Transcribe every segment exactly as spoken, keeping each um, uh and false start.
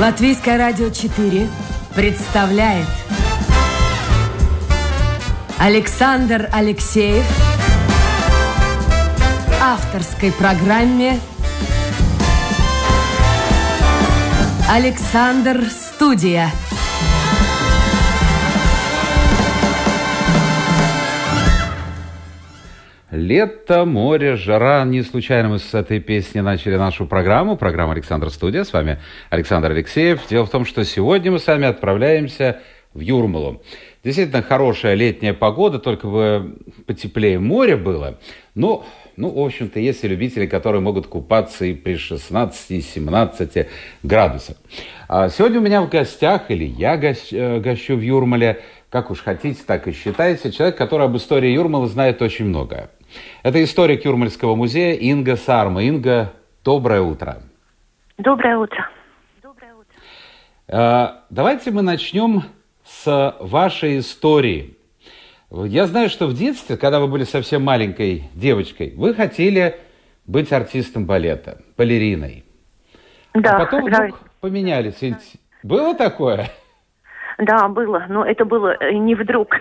Латвийское радио четыре представляет Александр Алексеев в авторской программе «Александр Студия». Лето, море, жара. Не случайно мы с этой песни начали нашу программу. Программа «Александр Студия». С вами Александр Алексеев. Дело в том, что сегодня мы с вами отправляемся в Юрмалу. Действительно хорошая летняя погода, только бы потеплее море было. Но, ну, в общем-то, есть и любители, которые могут купаться и при шестнадцати-семнадцати градусах. А сегодня у меня в гостях, или я гощ- гощу в Юрмале, как уж хотите, так и считайте, человек, который об истории Юрмалы знает очень многое. Это историк Юрмальского музея Инга Сарма. Инга, доброе утро. Доброе утро. Доброе утро. А, давайте мы начнем с вашей истории. Я знаю, что в детстве, когда вы были совсем маленькой девочкой, вы хотели быть артистом балета, балериной. Да, а потом да. вдруг поменялись. Ведь было такое? Да, было, но это было не вдруг.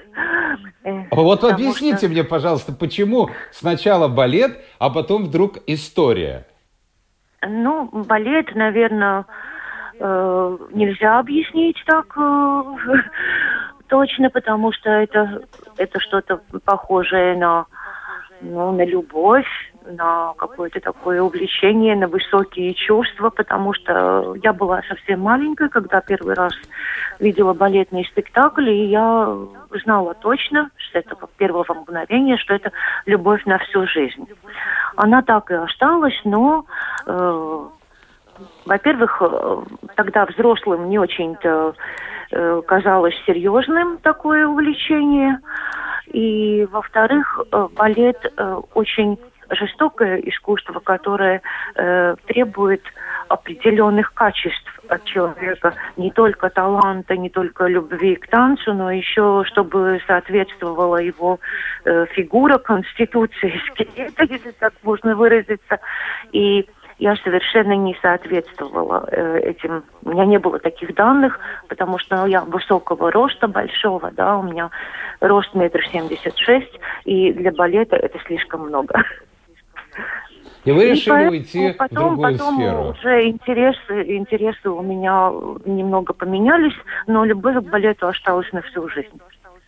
Вот Потому объясните что... мне, пожалуйста, почему сначала балет, а потом вдруг история? Ну, балет, наверное, э, нельзя объяснить так э, точно, потому что это, это что-то похожее на, ну, на любовь, на какое-то такое увлечение, на высокие чувства, потому что я была совсем маленькой, когда первый раз видела балетный спектакль, и я знала точно с этого первого мгновения, что это любовь на всю жизнь. Она так и осталась, но, э, во-первых, тогда взрослым не очень-то э, казалось серьезным такое увлечение, и, во-вторых, э, балет э, очень жестокое искусство, которое э, требует определенных качеств от человека. Не только таланта, не только любви к танцу, но еще, чтобы соответствовала его э, фигура, конституция, скелета, если так можно выразиться. И я совершенно не соответствовала э, этим. У меня не было таких данных, потому что ну, я высокого роста, большого, да, у меня рост метр семьдесят шесть, и для балета это слишком много. И вы решили и уйти потом, в другую потом сферу. Уже интересы, интересы у меня немного поменялись, но любовь к балету осталась на всю жизнь.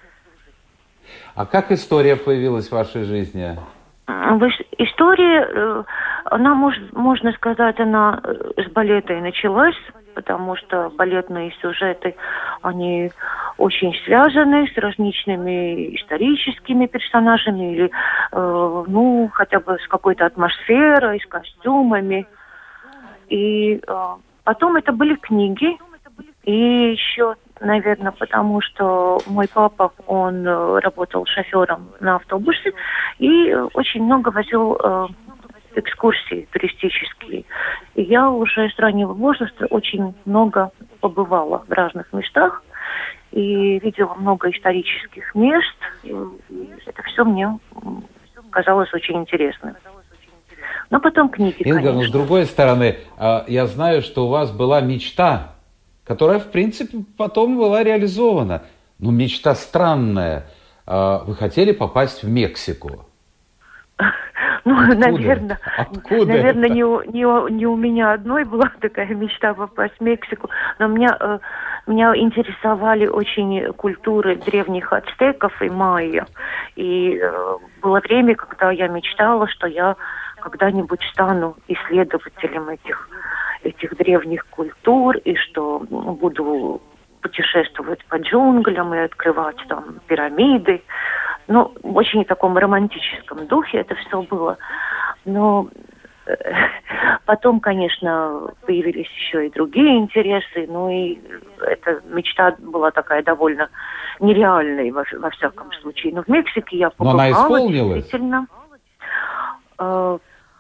А как история появилась в вашей жизни? История, она, может, можно сказать, она с балета и началась, потому что балетные сюжеты, они очень связаны с различными историческими персонажами или, э, ну, хотя бы с какой-то атмосферой, с костюмами. И э, потом это были книги, и еще, наверное, потому что мой папа, он работал шофером на автобусе и очень много возил э, экскурсии туристические. И я уже с раннего возраста очень много побывала в разных местах и видела много исторических мест. И это все мне казалось очень интересным. Но потом книги, Инга, конечно. но с другой стороны, я знаю, что у вас была мечта, которая, в принципе, потом была реализована. Но мечта странная. Вы хотели попасть в Мексику. Ну, Откуда? наверное, Откуда наверное это? не, у, не, у, не у меня одной была такая мечта попасть в Мексику, но меня, э, меня интересовали очень культуры древних ацтеков и майя. И э, было время, когда я мечтала, что я когда-нибудь стану исследователем этих, этих древних культур, и что буду путешествовать по джунглям и открывать там пирамиды. Ну, в очень таком романтическом духе это все было. Но э, потом, конечно, появились еще и другие интересы. Ну и эта мечта была такая довольно нереальной во, во всяком случае. Но в Мексике я побывала. Но она исполнилась? Действительно. Э,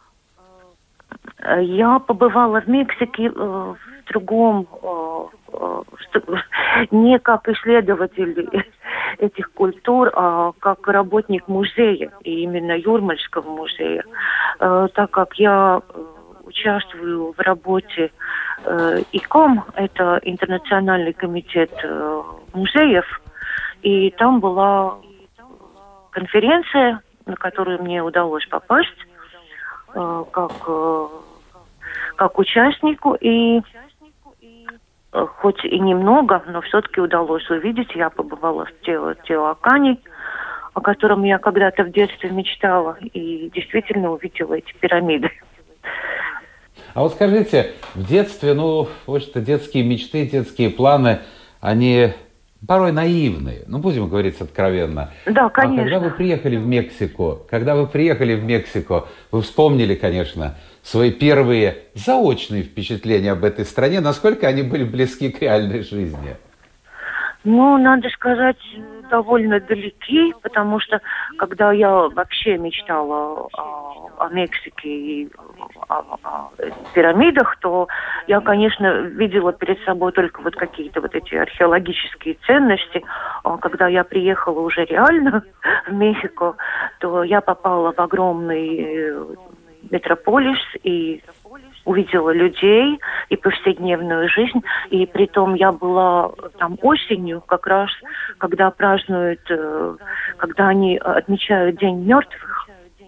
я побывала в Мексике э, в другом, э, э, не как исследователь этих культур, а как работник музея, и именно Юрмальского музея, э, так как я участвую в работе э, ИКОМ, это Интернациональный комитет э, музеев, и там была конференция, на которую мне удалось попасть э, как, э, как участнику, и э, хоть и немного, но все-таки удалось увидеть. Я побывала в Тео- Теоакане, о котором я когда-то в детстве мечтала, и действительно увидела эти пирамиды. А вот скажите, в детстве, ну, в общем-то, детские мечты, детские планы, они порой наивные, ну, будем говорить откровенно. Да, конечно. А когда вы приехали в Мексику, когда вы приехали в Мексику, вы вспомнили, конечно, свои первые заочные впечатления об этой стране, насколько они были близки к реальной жизни? Ну, надо сказать, довольно далеки, потому что когда я вообще мечтала о, о Мексике и о, о пирамидах, то я, конечно, видела перед собой только вот какие-то вот эти археологические ценности. А когда я приехала уже реально в Мехико, то я попала в огромный метрополис и увидела людей и повседневную жизнь. И притом я была там осенью, как раз, когда празднуют, когда они отмечают День мертвых.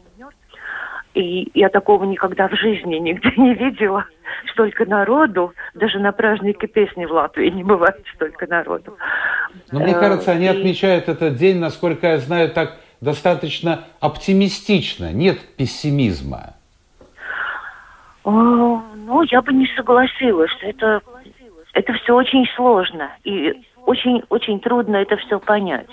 И я такого никогда в жизни нигде не видела. Столько народу, даже на празднике песни в Латвии не бывает столько народу. Но мне кажется, они отмечают этот день, насколько я знаю, так достаточно оптимистично. Нет пессимизма. Ну, я бы не согласилась. Это, это все очень сложно. И очень-очень трудно это все понять.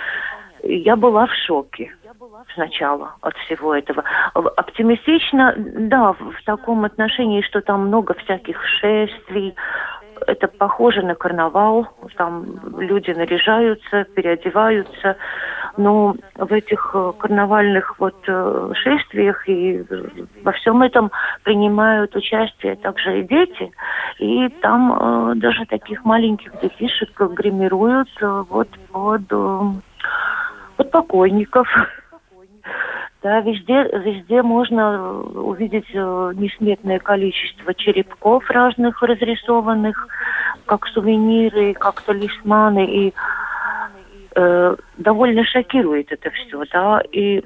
Я была в шоке сначала от всего этого. Оптимистично, да, в таком отношении, что там много всяких шествий. Это похоже на карнавал. Там люди наряжаются, переодеваются. Но в этих карнавальных вот шествиях и во всем этом принимают участие также и дети. И там э, даже таких маленьких детишек гримируют э, вот под, э, под покойников. Да, везде, везде можно увидеть э, несметное количество черепков разных разрисованных, как сувениры, как талисманы, и э, довольно шокирует это все, да, и,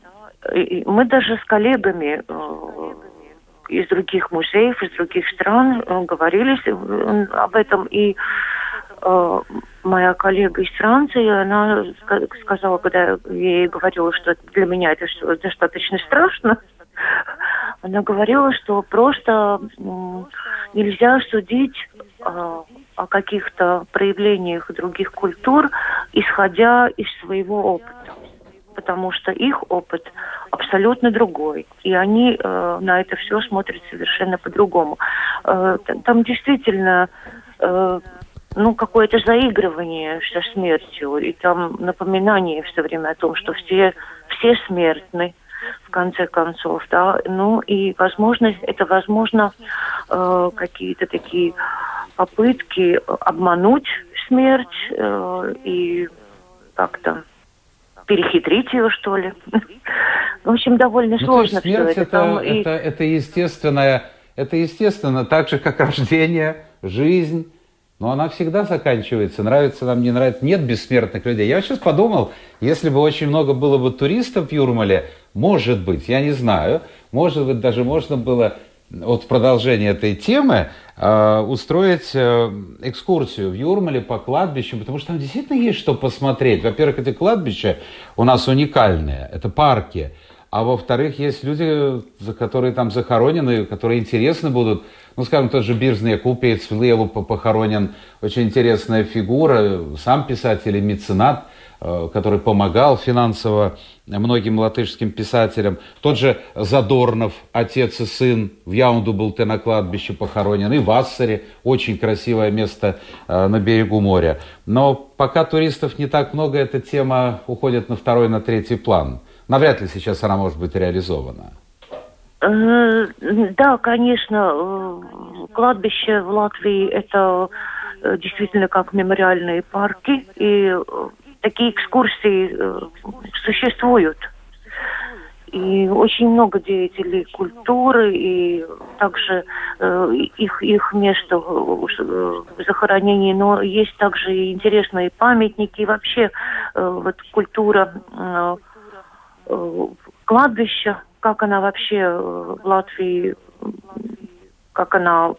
и мы даже с коллегами э, из других музеев, из других стран э, говорили э, об этом, и э, моя коллега из Франции, она сказала, когда я ей говорила, что для меня это все достаточно страшно, она говорила, что просто м, нельзя судить э, о каких-то проявлениях других культур, исходя из своего опыта. Потому что их опыт абсолютно другой. И они э, на это все смотрят совершенно по-другому. Э, там действительно э, ну, какое-то заигрывание со смертью. И там напоминание все время о том, что все, все смертны, в конце концов. Да? Ну, и, возможно, это, возможно, э, какие-то такие попытки обмануть смерть э, и как-то перехитрить ее, что ли. В общем, довольно ну, сложно все это. Это, Там это, и... это, это естественно, это естественно, так же, как рождение, жизнь. Но она всегда заканчивается, нравится нам, не нравится. Нет бессмертных людей. Я сейчас подумал, если бы очень много было бы туристов в Юрмале, может быть, я не знаю, может быть, даже можно было вот в продолжение этой темы э, устроить э, экскурсию в Юрмале по кладбищам, потому что там действительно есть что посмотреть. Во-первых, эти кладбища у нас уникальные, это парки. А во-вторых, есть люди, которые там захоронены, которые интересны будут. Ну, скажем, тот же Бирзный Купец в Леву похоронен. Очень интересная фигура, сам писатель и меценат, который помогал финансово многим латышским писателям. Тот же Задорнов, отец и сын, в Яунду-Булте на кладбище похоронен. И в Ассере, очень красивое место на берегу моря. Но пока туристов не так много, эта тема уходит на второй, на третий план. Навряд ли сейчас она может быть реализована. Да, конечно, кладбище в Латвии это действительно как мемориальные парки, и такие экскурсии существуют. И очень много деятелей культуры и также э, их, их место в захоронении, но есть также и интересные памятники, и вообще э, вот культура э, э, кладбища, как она вообще в Латвии, как она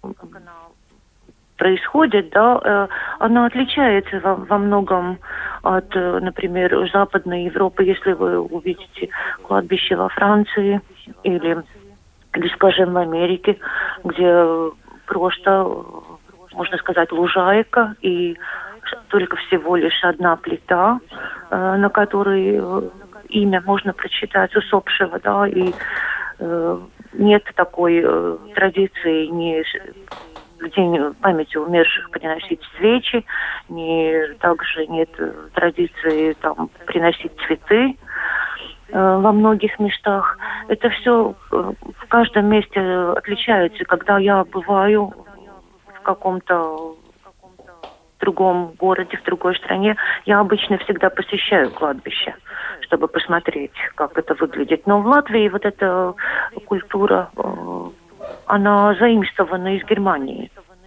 происходит, да, она отличается во, во многом от, например, Западной Европы. Если вы увидите кладбище во Франции или, или, скажем, в Америке, где просто, можно сказать, лужайка и только всего лишь одна плита, на которой имя можно прочитать усопшего, да, и нет такой традиции ни в день памяти умерших приносить свечи, ни также нет традиции там приносить цветы э, во многих местах. Это все в каждом месте отличается. Когда я бываю в каком-то другом городе, в другой стране, я обычно всегда посещаю кладбище, чтобы посмотреть, как это выглядит. Но в Латвии вот эта культура, она заимствована из Германии.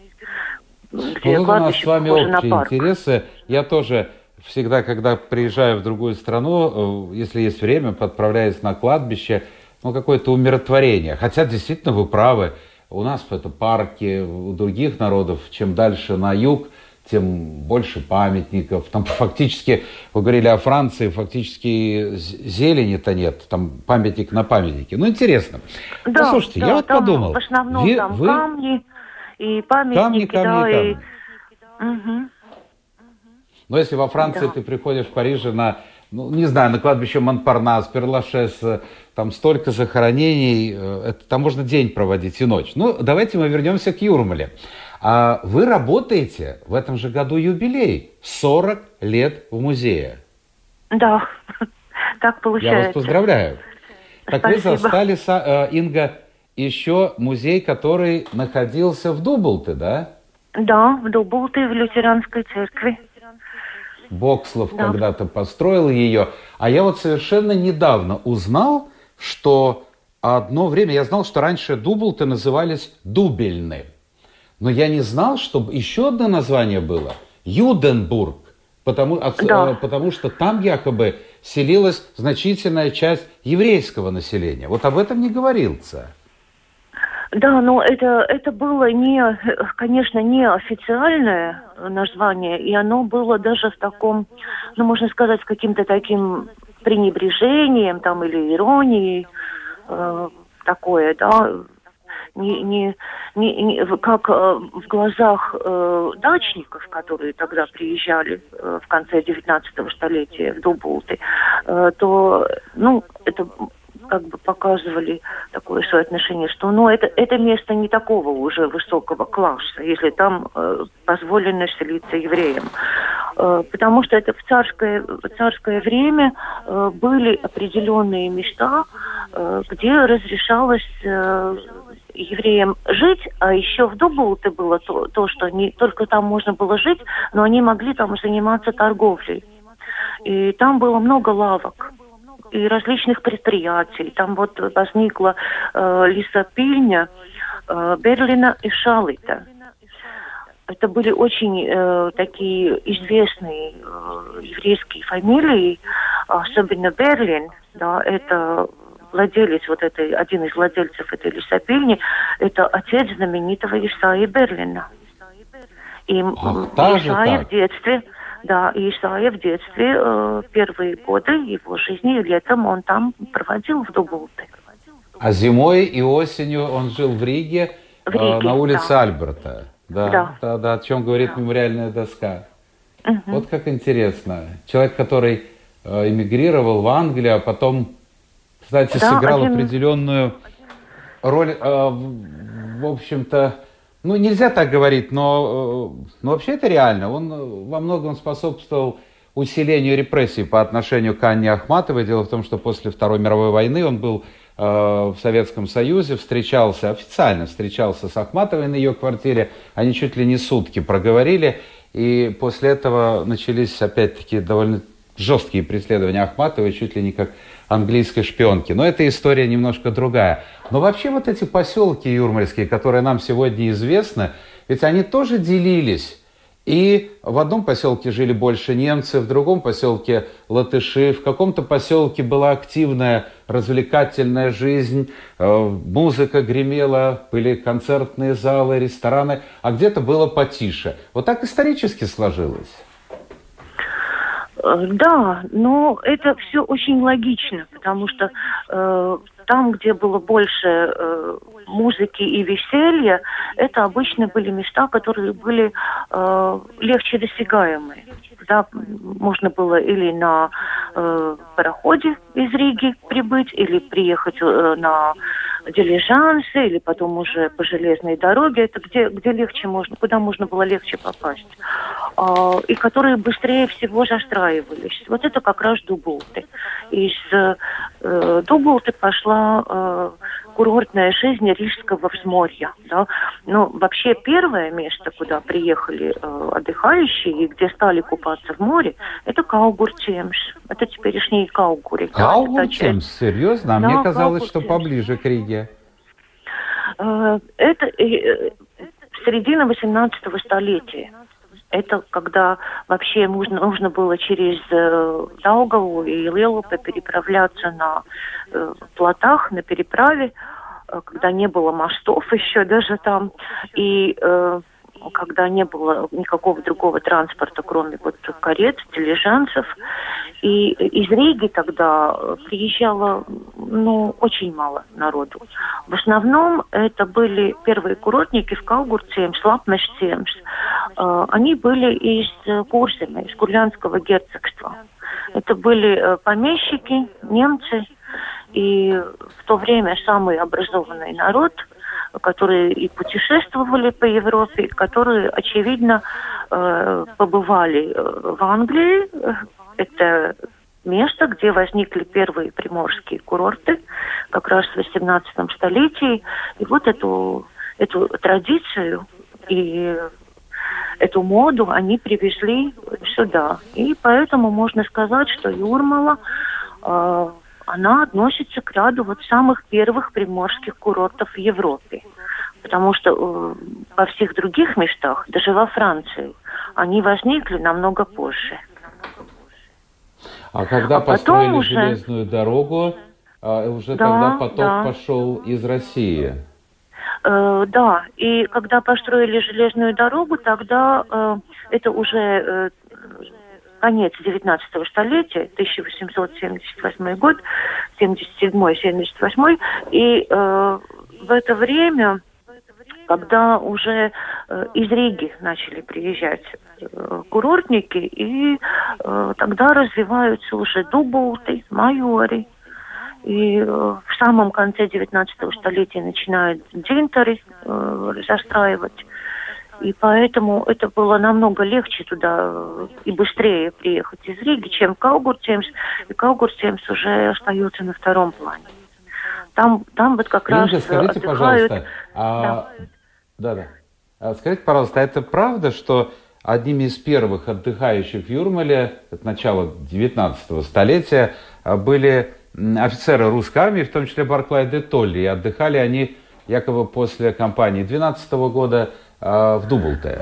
Где вот у нас с вами общие интересы. Я тоже всегда, когда приезжаю в другую страну, если есть время, подправляюсь на кладбище, ну, какое-то умиротворение. Хотя, действительно, вы правы. У нас это парки, у других народов, чем дальше на юг, тем больше памятников. Там фактически, вы говорили о Франции, фактически зелени-то нет. Там памятник на памятнике. Ну, интересно. Да, послушайте, да, я вот там подумал. В основном вы, там вы... камни и памятники. Камни, камни, да, камни. И... Угу. Но если во Франции да. ты приходишь в Париже на, ну, не знаю, на кладбище Монпарнас, Пер-Лашез, там столько захоронений, это, там можно день проводить и ночь. Ну, давайте мы вернемся к Юрмале. А вы работаете в этом же году юбилей, сорок лет в музее. Да, так получается. Я вас поздравляю. Так Спасибо. Вы застали, Инга, еще музей, который находился в Дублте, да? Да, в Дублте, в лютеранской церкви. Бокслов да. когда-то построил ее. А я вот совершенно недавно узнал, что одно время, я знал, что раньше Дублты назывались Дубельны. Но я не знал, что еще одно название было – Юденбург. Потому, да. потому что там якобы селилась значительная часть еврейского населения. Вот об этом не говорится. Да, но это, это было, не, конечно, не официальное название, и оно было даже в таком, ну, можно сказать, с каким-то таким пренебрежением там, или иронией, э, такое, да, не, не, не, не, как э, в глазах э, дачников, которые тогда приезжали э, в конце девятнадцатого столетия в Дублты, э, то, ну, это... как бы показывали такое соотношение, что ну, это, это место не такого уже высокого класса, если там э, позволено селиться евреям. Э, потому что это в царское, в царское время э, были определенные места, э, где разрешалось э, евреям жить, а еще в Дублте было то, то, что не только там можно было жить, но они могли там заниматься торговлей. И там было много лавок и различных предприятий. Там вот возникла э, лесопильня э, Берлина и Шалита. Это были очень э, такие известные э, еврейские фамилии, особенно Берлин, да, это владелец вот этой, один из владельцев этой лесопильни, это отец знаменитого Исаии Берлина. И Ах, Исаия в детстве... Да, и Исаия в детстве, э, первые годы его жизни, летом он там проводил в Дублте. А зимой и осенью он жил в Риге, в Риге э, на улице да. Альберта. Да, да. Да, да, о чем говорит да. мемориальная доска. Угу. Вот как интересно. Человек, который э, эмигрировал в Англию, а потом, кстати, да, сыграл один... определенную роль, э, в, в общем-то, ну, нельзя так говорить, но, но вообще это реально. Он во многом способствовал усилению репрессий по отношению к Анне Ахматовой. Дело в том, что после Второй мировой войны он был э, в Советском Союзе, встречался, официально встречался с Ахматовой на ее квартире. Они чуть ли не сутки проговорили. И после этого начались, опять-таки, довольно жесткие преследования Ахматовой, чуть ли не как английской шпионки. Но эта история немножко другая. Но вообще вот эти поселки юрмальские, которые нам сегодня известны, ведь они тоже делились. И в одном поселке жили больше немцы, в другом поселке латыши, в каком-то поселке была активная развлекательная жизнь, музыка гремела, были концертные залы, рестораны, а где-то было потише. Вот так исторически сложилось. Да, но это все очень логично, потому что э, там, где было больше э, музыки и веселья, это обычно были места, которые были э, легче досягаемые. Да, можно было или на э, пароходе из Риги прибыть, или приехать э, на дилижансы, или потом уже по железной дороге. Это где, где легче можно, куда можно было легче попасть. Э, и которые быстрее всего застраивались. Вот это как раз Дубулты. Из э, Дубулты пошла э, курортная жизнь Рижского взморья. Да? Ну, вообще первое место, куда приехали э, отдыхающие и где стали купаться в море, это Каугурцемс. Это теперешний Каугури. Каугурцемс? Да, серьезно? А да, мне казалось, что Каугурцемс. Поближе к Риге. Э, это э, середина восемнадцатого столетия. Это когда вообще нужно, нужно было через э, Даугаву и Лелупе переправляться на э, плотах, на переправе, э, когда не было мостов еще даже там, и э, когда не было никакого другого транспорта, кроме вот карет, дилижансов. И из Риги тогда приезжало, ну, очень мало народу. В основном это были первые курортники в Каугурцемс, Лапмешцемс. Они были из Курзема, из Курляндского герцогства. Это были помещики, немцы, и в то время самый образованный народ, которые и путешествовали по Европе, которые, очевидно, побывали в Англии. Это место, где возникли первые приморские курорты, как раз в восемнадцатом столетии. И вот эту, эту традицию и эту моду они привезли сюда. И поэтому можно сказать, что Юрмала, э, она относится к ряду вот самых первых приморских курортов в Европе. Потому что э, во всех других местах, даже во Франции, они возникли намного позже. А когда а построили уже... железную дорогу, э, уже да, тогда поток да. пошел из России. Э, да, и когда построили железную дорогу, тогда э, это уже э, конец девятнадцатого столетия, тысяча восемьсот семьдесят восьмой год, семьдесят седьмой семьдесят восьмой, и э, в это время, когда уже э, из Риги начали приезжать э, курортники, и э, тогда развиваются уже Дубулты, Майори. И э, в самом конце девятнадцатого столетия начинают Дзинтари э, застраивать. И поэтому это было намного легче туда э, и быстрее приехать из Риги, чем Каугурцемс. И Каугурцемс уже остается на втором плане. Там, там вот как Инга, раз скажите, отдыхают... пожалуйста, а... Да. да, да. Скажите, пожалуйста, это правда, что одними из первых отдыхающих в Юрмале, от начала девятнадцатого столетия, были офицеры русской армии, в том числе Барклай де Толли, и отдыхали они якобы после кампании двенадцатого года э, в Дубулте?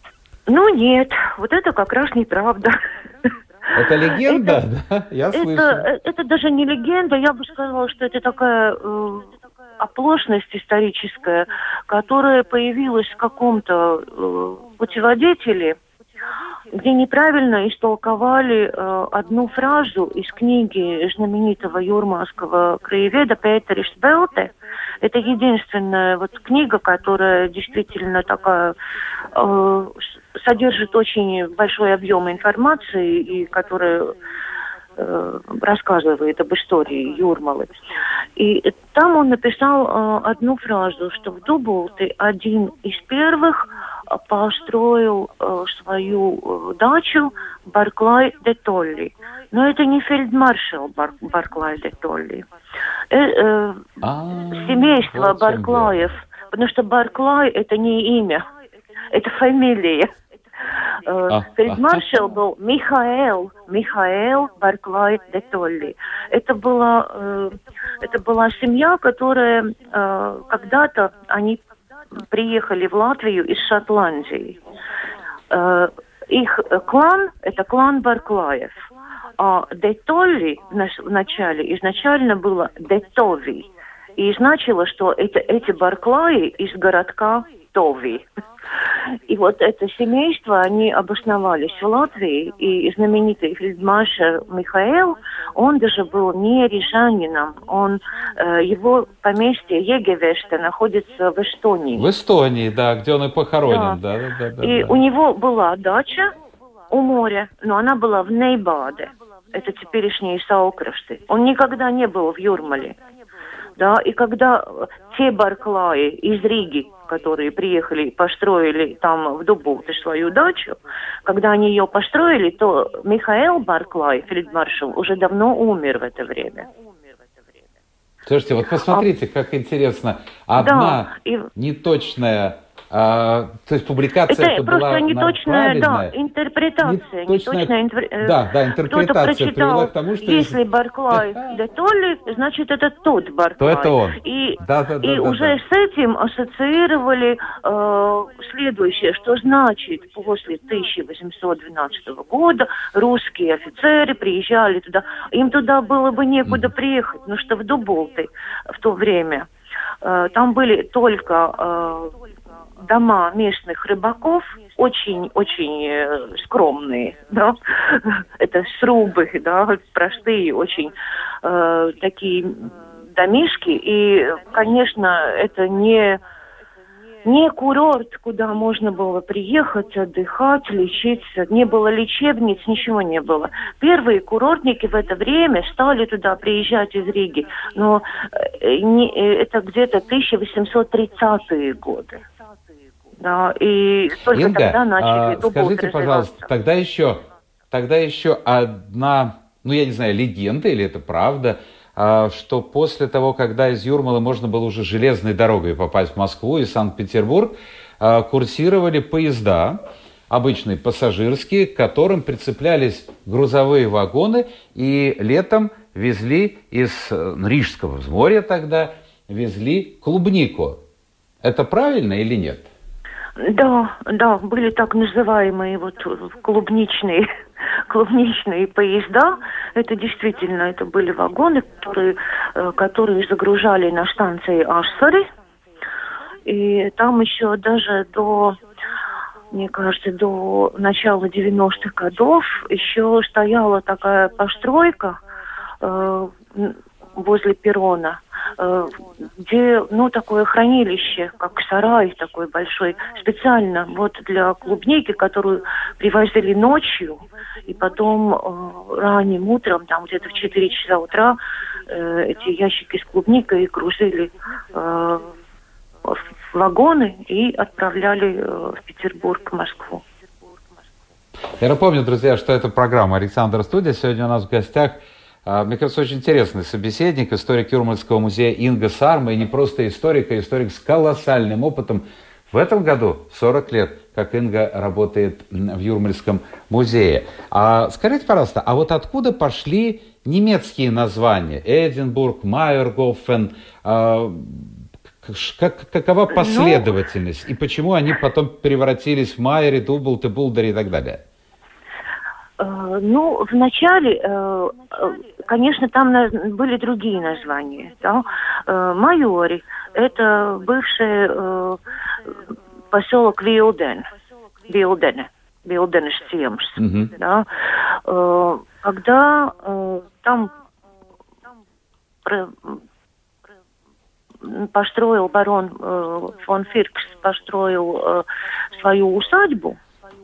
Ну нет, вот это как раз неправда. Это легенда, это, да? Я это, слышу. Это даже не легенда, я бы сказала, что это такая э, оплошность историческая, которая появилась в каком-то э, путеводителе, где неправильно истолковали э, одну фразу из книги знаменитого юрмальского краеведа Петера Шбелте. Это единственная вот книга, которая действительно такая э, содержит очень большой объем информации и которая э, рассказывает об истории Юрмалы. И там он написал э, одну фразу, что в Дубулте один из первых построил э, свою э, дачу Барклай де Толли. Но это не фельдмаршал Бар, Барклай де Толли. Э, э, семейство вот Барклаев, потому что Барклай это не имя, это фамилия. А, Фельдмаршал а. был Михаэл, Михаэл Барклай де Толли. Это была, э, это была семья, которая э, когда-то они приехали в Латвию из Шотландии. Э, их клан – это клан Барклаев. А де Толли в начале изначально было де Тови. И значило, что это, эти Барклаи из городка Тови. И вот это семейство, они обосновались в Латвии, и знаменитый фельдмаршал Михаэл, он даже был не рижанином, он, э, его поместье Егевеште находится в Эстонии. В Эстонии, да, где он и похоронен. Да. Да, да, да, и да. у него была дача у моря, но она была в Нейбаде, это теперешние Саукрашты. Он никогда не был в Юрмале. Да, и когда те Барклаи из Риги, которые приехали, построили там в Дубовке свою дачу, когда они ее построили, то Михаэл Барклай, фельдмаршал, уже давно умер в это время. Слушайте, вот посмотрите, а, как интересно. Одна да, и... неточная... А, то есть публикация это, это просто была неточная, да, интерпретация. Неточная, неточная интер... Да, да, интерпретация прочитал, привела к тому, что... Если Барклай де Толли, значит, это тот Барклай. То это он. И, да, да, да, и да, уже да. с этим ассоциировали э, следующее, что значит, после тысяча восемьсот двенадцатого года русские офицеры приезжали туда. Им туда было бы некуда mm. приехать, потому что в Дубовке в то время э, там были только... Э, дома местных рыбаков, очень-очень э, скромные, да, это срубы, да, простые, очень э, такие домишки, и, конечно, это не, не курорт, куда можно было приехать, отдыхать, лечиться, не было лечебниц, ничего не было. Первые курортники в это время стали туда приезжать из Риги, но э, не, это где-то тысяча восемьсот тридцатые годы. Да, и только Инга, тогда начали а, скажите, пожалуйста, тогда еще, тогда еще одна, ну я не знаю, легенда или это правда, а, что после того, когда из Юрмалы можно было уже железной дорогой попасть в Москву и Санкт-Петербург, а, курсировали поезда, обычные пассажирские, к которым прицеплялись грузовые вагоны и летом везли из Рижского взморья тогда, везли клубнику. Это правильно или нет? Да, да, были так называемые вот клубничные, клубничные поезда. Это действительно, это были вагоны, которые, которые загружали на станции Ашсари. И там еще даже до, мне кажется, до начала девяностых годов еще стояла такая постройка э, возле перрона, где, ну, такое хранилище, как сарай такой большой, специально вот для клубники, которую привозили ночью, и потом э, ранним утром, там где-то в четыре часа утра, э, эти ящики с клубникой грузили э, в вагоны и отправляли э, в Петербург, в Москву. Я напомню, друзья, что это программа «Александр Студия». Сегодня у нас в гостях, мне кажется, очень интересный собеседник, историк Юрмальского музея Инга Сарма, и не просто историк, а историк с колоссальным опытом. В этом году сорок лет, как Инга работает в Юрмальском музее. А скажите, пожалуйста, а вот откуда пошли немецкие названия? Эдинбург, Майергофен, а, как, какова последовательность? Ну, и почему они потом превратились в Майере, Дублте, Булдере и так далее? Ну, вначале, конечно, там были другие названия. Да? Майори – это бывший поселок Вилден, Вилдене, Вилденеш-Цемш. Mm-hmm. Да? Когда там построил барон фон Фиркс, построил свою усадьбу,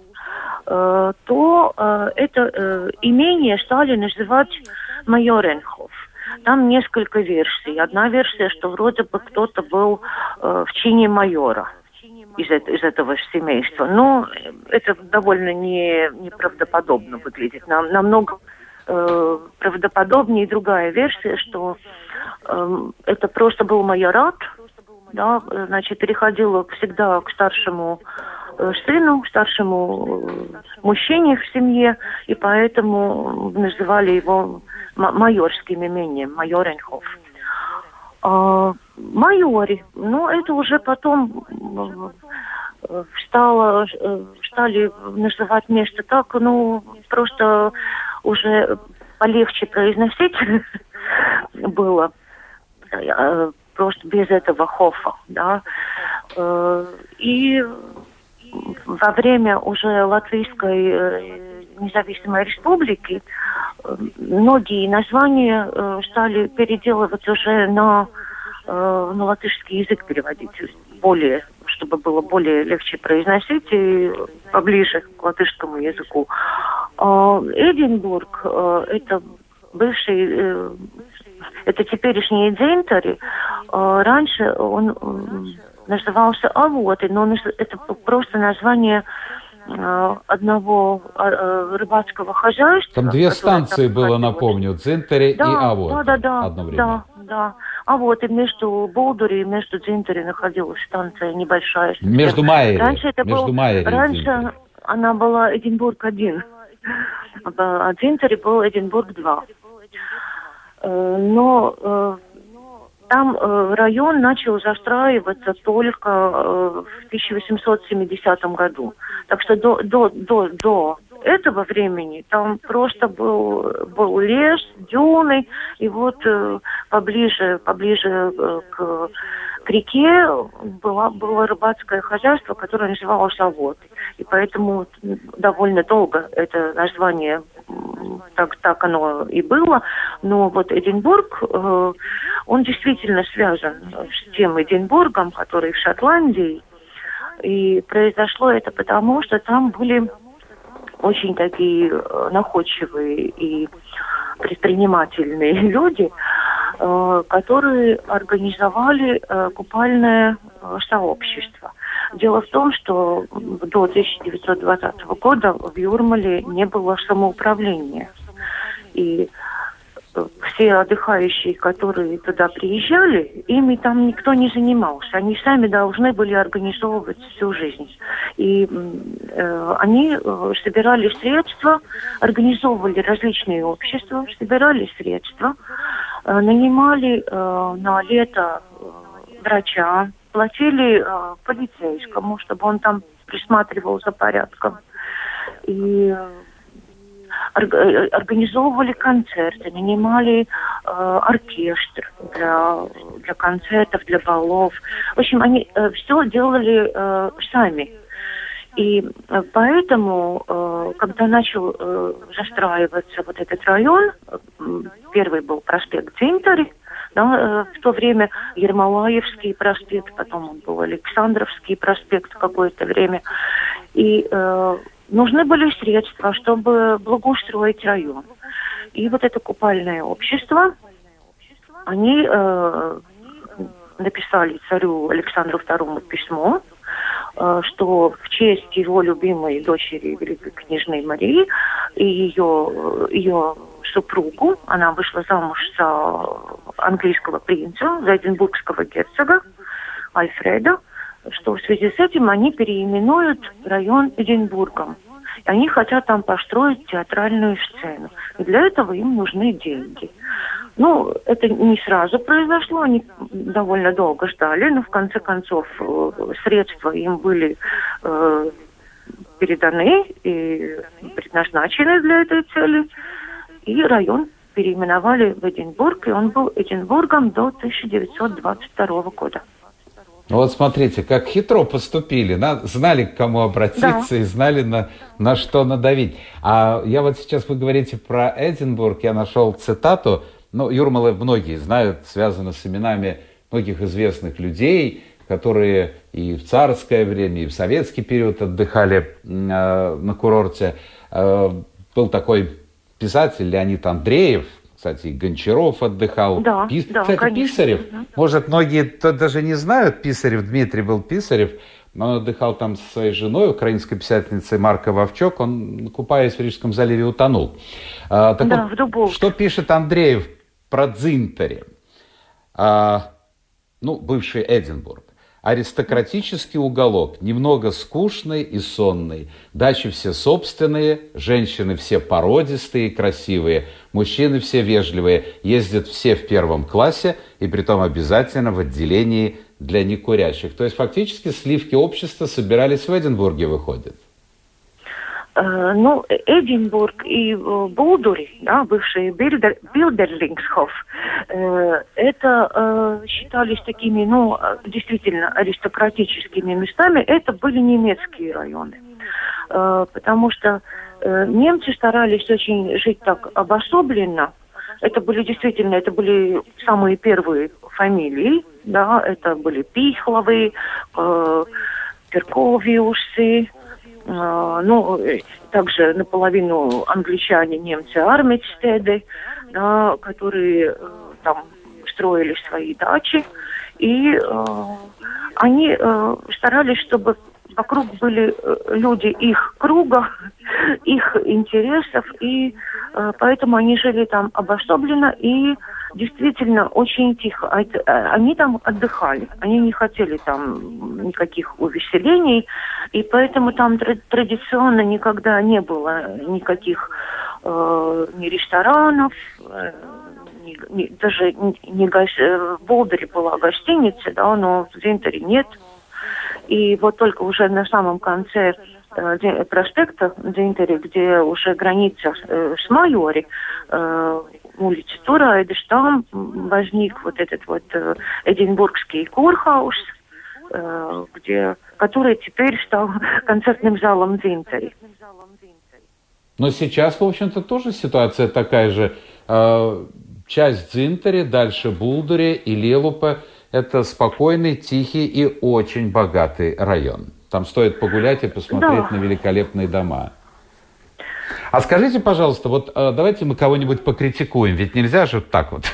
то э, это э, имение стали называть Майоренхоф. Там несколько версий. Одна версия, что вроде бы кто-то был э, в чине майора из, из этого семейства. Но это довольно не, неправдоподобно выглядит. Нам, намного э, правдоподобнее другая версия, что э, это просто был майорат, да, значит, переходило всегда к старшему сыну, старшему мужчине в семье, и поэтому называли его майорским именем, Майоренхоф. А майори, ну, это уже потом стало, стали называть место так, ну, просто уже полегче произносить было, просто без этого хофа, да. И во время уже Латвийской независимой республики многие названия стали переделывать уже на, на латышский язык, переводить, более, чтобы было более легче произносить и поближе к латышскому языку. Эдинбург, это бывший, это теперешний Дзинтари, раньше он назывался Авоты, но это просто название одного рыбацкого хозяйства. Там две станции было, напомню, Дзинтари да, и Авоты. Да, да, да, одно время. да, да. А вот и между Болдури и между Дзинтари находилась станция небольшая. Между Майери. Раньше это между был, Майери раньше она была Эдинбург один, а Дзинтари был Эдинбург два. Но там район начал застраиваться только в тысяча восемьсот семидесятом году. Так что до, до, до, до этого времени там просто был, был лес, дюны, и вот поближе, поближе к, к реке было, было рыбацкое хозяйство, которое называлось Авоты. И поэтому довольно долго это название, так, так оно и было. Но вот Эдинбург, э, он действительно связан с тем Эдинбургом, который в Шотландии. И произошло это потому, что там были очень такие находчивые и предпринимательные люди, э, которые организовали э, купальное э, сообщество. Дело в том, что до тысяча девятьсот двадцатого года в Юрмале не было самоуправления. И все отдыхающие, которые туда приезжали, ими там никто не занимался. Они сами должны были организовывать всю жизнь. И э, они собирали средства, организовывали различные общества, собирали средства, э, нанимали э, на лето э, врача, платили э, полицейскому, чтобы он там присматривал за порядком. И э, организовывали концерты, нанимали э, оркестр для, для концертов, для балов. В общем, они э, все делали э, сами. И э, поэтому, э, когда начал э, застраиваться вот этот район, э, первый был проспект Дзинтари, да, в то время Ермолаевский проспект, потом он был Александровский проспект какое-то время. И э, нужны были средства, чтобы благоустроить район. И вот это купальное общество, они э, написали царю Александру второму письмо, э, что в честь его любимой дочери великой княжны Марии и ее, ее супругу, она вышла замуж за английского принца, за эдинбургского герцога Альфреда, что в связи с этим они переименуют район Эдинбургом. И они хотят там построить театральную сцену. И для этого им нужны деньги. Ну, это не сразу произошло, они довольно долго ждали, но в конце концов средства им были э, переданы и предназначены для этой цели. И район переименовали в Эдинбург, и он был Эдинбургом до тысяча девятьсот двадцать второго года. Ну вот смотрите, как хитро поступили. Знали, к кому обратиться, да, и знали, на, на что надавить. А я вот сейчас, вы говорите про Эдинбург, я нашел цитату. Ну, Юрмалы многие знают, связано с именами многих известных людей, которые и в царское время, и в советский период отдыхали э, на курорте. Э, был такой писатель Леонид Андреев, кстати, и Гончаров отдыхал. Да, Пис... да, кстати, конечно. Писарев, да. Может, многие даже не знают, Писарев, Дмитрий был Писарев, но он отдыхал там со своей женой, украинской писательницей Маркой Вовчок, он, купаясь в Рижском заливе, утонул. А, так да, вот, в Дубовке. Что пишет Андреев про Дзинтари? А, ну, бывший Эдинбург. аристократический уголок, немного скучный и сонный. Дачи все собственные, женщины все породистые и красивые, мужчины все вежливые, ездят все в первом классе и притом обязательно в отделении для некурящих. То есть фактически сливки общества собирались в Эдинбурге, выходит. Ну, Эдинбург и Булдури, да, бывший Билдер, Билдерлингсхоф, это считались такими, ну, действительно аристократическими местами. Это были немецкие районы, потому что немцы старались очень жить так обособленно. Это были действительно, это были самые первые фамилии, да, это были Пихловы, Перковиусы, ну, также наполовину англичане, немцы, Армитстеды, да, которые там строили свои дачи, и э, они э, старались, чтобы вокруг были люди их круга, их интересов, и э, поэтому они жили там обособленно и действительно очень тихо. Они там отдыхали, они не хотели там никаких увеселений, и поэтому там традиционно никогда не было никаких э, ни ресторанов, э, ни, ни, даже не го... в Болдере была гостиница, да, но в Зинтере нет. И вот только уже на самом конце э, проспекта Зинтере, где уже граница э, с Майори, э, улице Турайдыш, там возник вот этот вот э, Эдинбургский курхаус, э, где, который теперь стал концертным залом Зинтери. Но сейчас, в общем-то, тоже ситуация такая же. Э, часть Зинтери, дальше Булдури и Лелупе – это спокойный, тихий и очень богатый район. Там стоит погулять и посмотреть да. на великолепные дома. А скажите, пожалуйста, вот давайте мы кого-нибудь покритикуем, ведь нельзя же так вот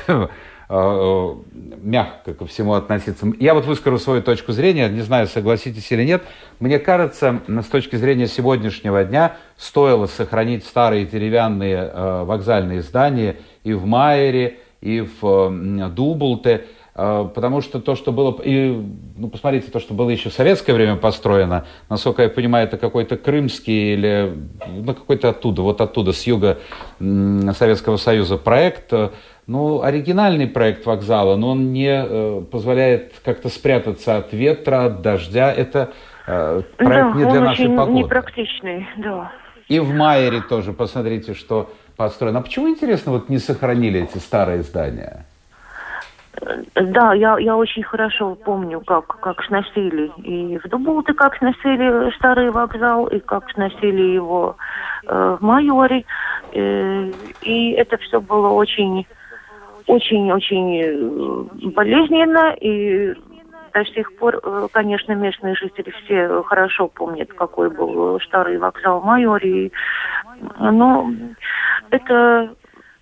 мягко ко всему относиться. Я вот выскажу свою точку зрения, не знаю, согласитесь или нет. Мне кажется, с точки зрения сегодняшнего дня стоило сохранить старые деревянные вокзальные здания и в Майере, и в Дублте, потому что то, что было... И, ну, посмотрите, то, что было еще в советское время построено, насколько я понимаю, это какой-то крымский или ну, какой-то оттуда, вот оттуда, с юга Советского Союза проект. Ну, оригинальный проект вокзала, но он не э, позволяет как-то спрятаться от ветра, от дождя. Это э, проект да, не для он нашей очень погоды. Непрактичный, да. И в Майере тоже, посмотрите, что построено. А почему, интересно, вот не сохранили эти старые здания? Да, я, я очень хорошо помню, как, как сносили и в Дублте, как сносили старый вокзал, и как сносили его э, в Майоре. Э, и это все было очень, очень, очень болезненно, и до сих пор, конечно, местные жители все хорошо помнят, какой был старый вокзал в Майоре. Но это...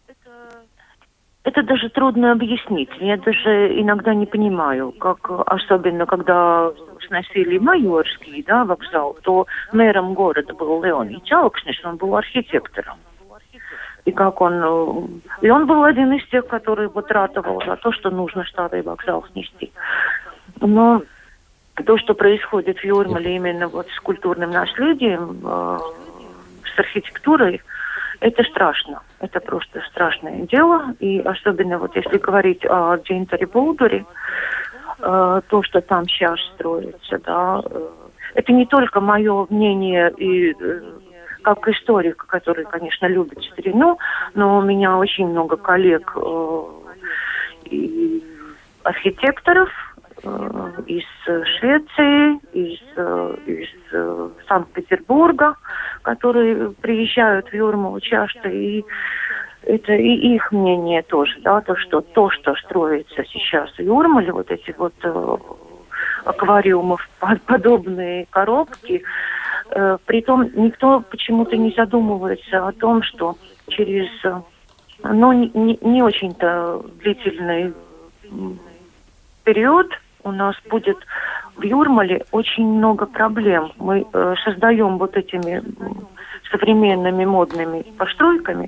Это даже трудно объяснить. Я даже иногда не понимаю, как, особенно когда сносили Майорский, да, вокзал, то мэром города был Леонид Чалкшнис, он был архитектором. И как он... И он был один из тех, который вот ратовал за то, что нужно старый вокзал снести. Но то, что происходит в Юрмале именно вот с культурным наследием, э, с архитектурой, это страшно. Это просто страшное дело. И особенно вот если говорить о Дзинтере Булдури, э, то, что там сейчас строится, да, э, это не только мое мнение и э, как историк, который, конечно, любит старину, но у меня очень много коллег э, и архитекторов э, из Швеции, из, э, из э, Санкт-Петербурга, которые приезжают в Юрмалу часто, и это и их мнение тоже, да, то, что то, что строится сейчас в Юрмале, вот эти вот э, аквариумов, подобные коробки, э, притом никто почему-то не задумывается о том, что через, ну, не, не очень-то длительный период у нас будет в Юрмале очень много проблем. Мы э, создаем вот этими современными модными постройками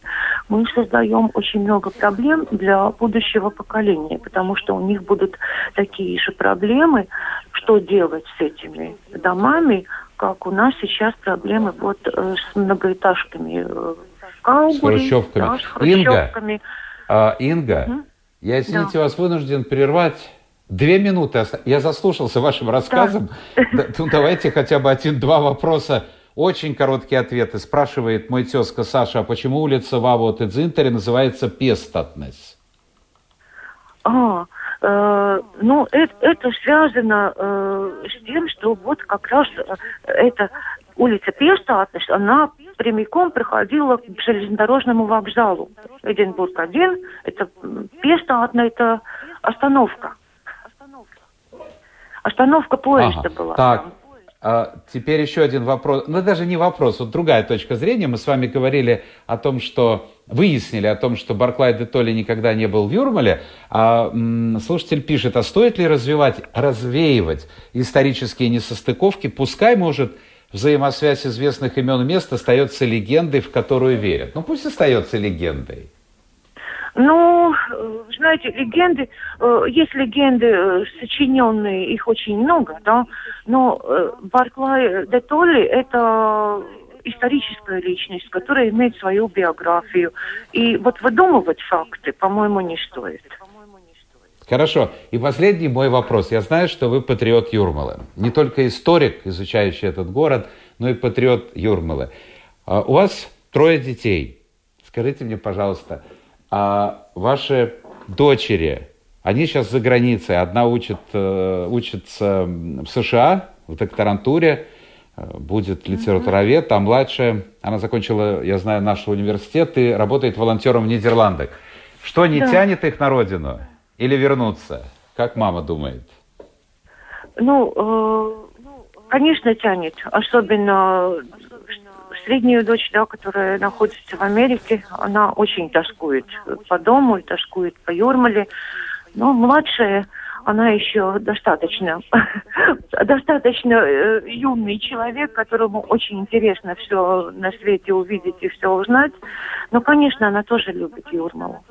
мы создаем очень много проблем для будущего поколения, потому что у них будут такие же проблемы, что делать с этими домами, как у нас сейчас проблемы вот э, с многоэтажками э, в Каугуре, с хрущевками. Да, с хрущевками. Инга, а, Инга угу. я, извините, да. вас вынужден прервать. Две минуты. Я заслушался вашим рассказом. Да. Ну, давайте хотя бы один-два вопроса. Очень короткие ответы. Спрашивает мой тезка Саша, а почему улица в Avo-Tedzintere называется Пестатнес? А, э, ну, это, это связано э, с тем, что вот как раз э, эта улица Пестатнес, она прямиком проходила к железнодорожному вокзалу. Эдинбург один, это Пестатне, это остановка. Остановка поезда ага, была. Так, а, теперь еще один вопрос. Ну, даже не вопрос, вот другая точка зрения. Мы с вами говорили о том, что... Выяснили о том, что Барклай де Толли никогда не был в Юрмале. А, м, слушатель пишет, а стоит ли развивать, развеивать исторические несостыковки? Пускай, может, взаимосвязь известных имен и мест остается легендой, в которую верят. Ну, пусть остается легендой. Ну, знаете, легенды, есть легенды сочиненные, их очень много, да, но Барклай де Толли – это историческая личность, которая имеет свою биографию. И вот выдумывать факты, по-моему, не стоит. Хорошо. И последний мой вопрос. Я знаю, что вы патриот Юрмалы. Не только историк, изучающий этот город, но и патриот Юрмалы. У вас трое детей. Скажите мне, пожалуйста, а ваши дочери, они сейчас за границей, одна учит, учится в США, в докторантуре, будет литературовед, а младшая, она закончила, я знаю, наш университет и работает волонтером в Нидерландах. Что, не да. тянет их на родину? Или вернуться? Как мама думает? Ну, э, конечно, тянет. Особенно среднюю дочь, да, которая находится в Америке, она очень тоскует по дому и тоскует по Юрмале. Но младшая, она еще достаточно, достаточно э, юный человек, которому очень интересно все на свете увидеть и все узнать. Но, конечно, она тоже любит Юрмалу.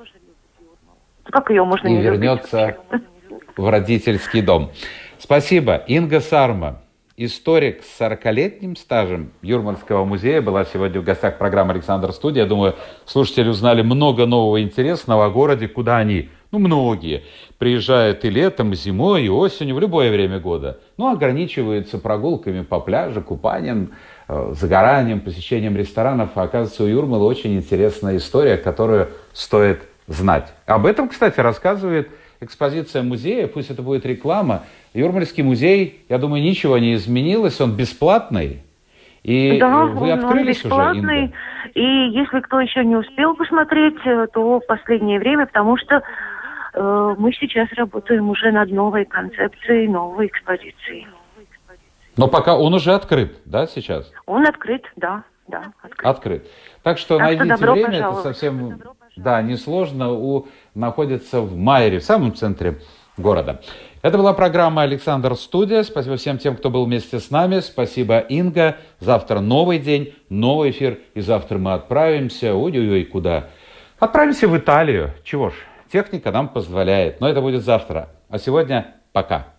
Как ее можно и не любить? И вернется в родительский дом. Спасибо. Инга Сарма, историк с сорокалетним стажем Юрмальского музея, была сегодня в гостях программы «Александр Студия». Я думаю, слушатели узнали много нового интересного о городе, куда они, ну, многие, приезжают и летом, и зимой, и осенью, в любое время года. Но ограничиваются прогулками по пляжу, купанием, э, загоранием, посещением ресторанов. А оказывается, у Юрмалы очень интересная история, которую стоит знать. Об этом, кстати, рассказывает экспозиция музея, пусть это будет реклама. Юрмальский музей, я думаю, ничего не изменилось, он бесплатный. И да, вы он, открылись он уже, Инга? И если кто еще не успел посмотреть, то в последнее время, потому что э, мы сейчас работаем уже над новой концепцией, новой экспозицией. Но пока он уже открыт, да, сейчас? Он открыт, да. Да, открыт. открыт. Так что так найдите что время, пожаловать. Это совсем да, несложно, у, находится в Майере, в самом центре города. Это была программа «Александр Студия». Спасибо всем тем, кто был вместе с нами. Спасибо, Инга. Завтра новый день, новый эфир. И завтра мы отправимся, ой-ой-ой, куда? Отправимся в Италию. Чего ж, техника нам позволяет. Но это будет завтра. А сегодня пока.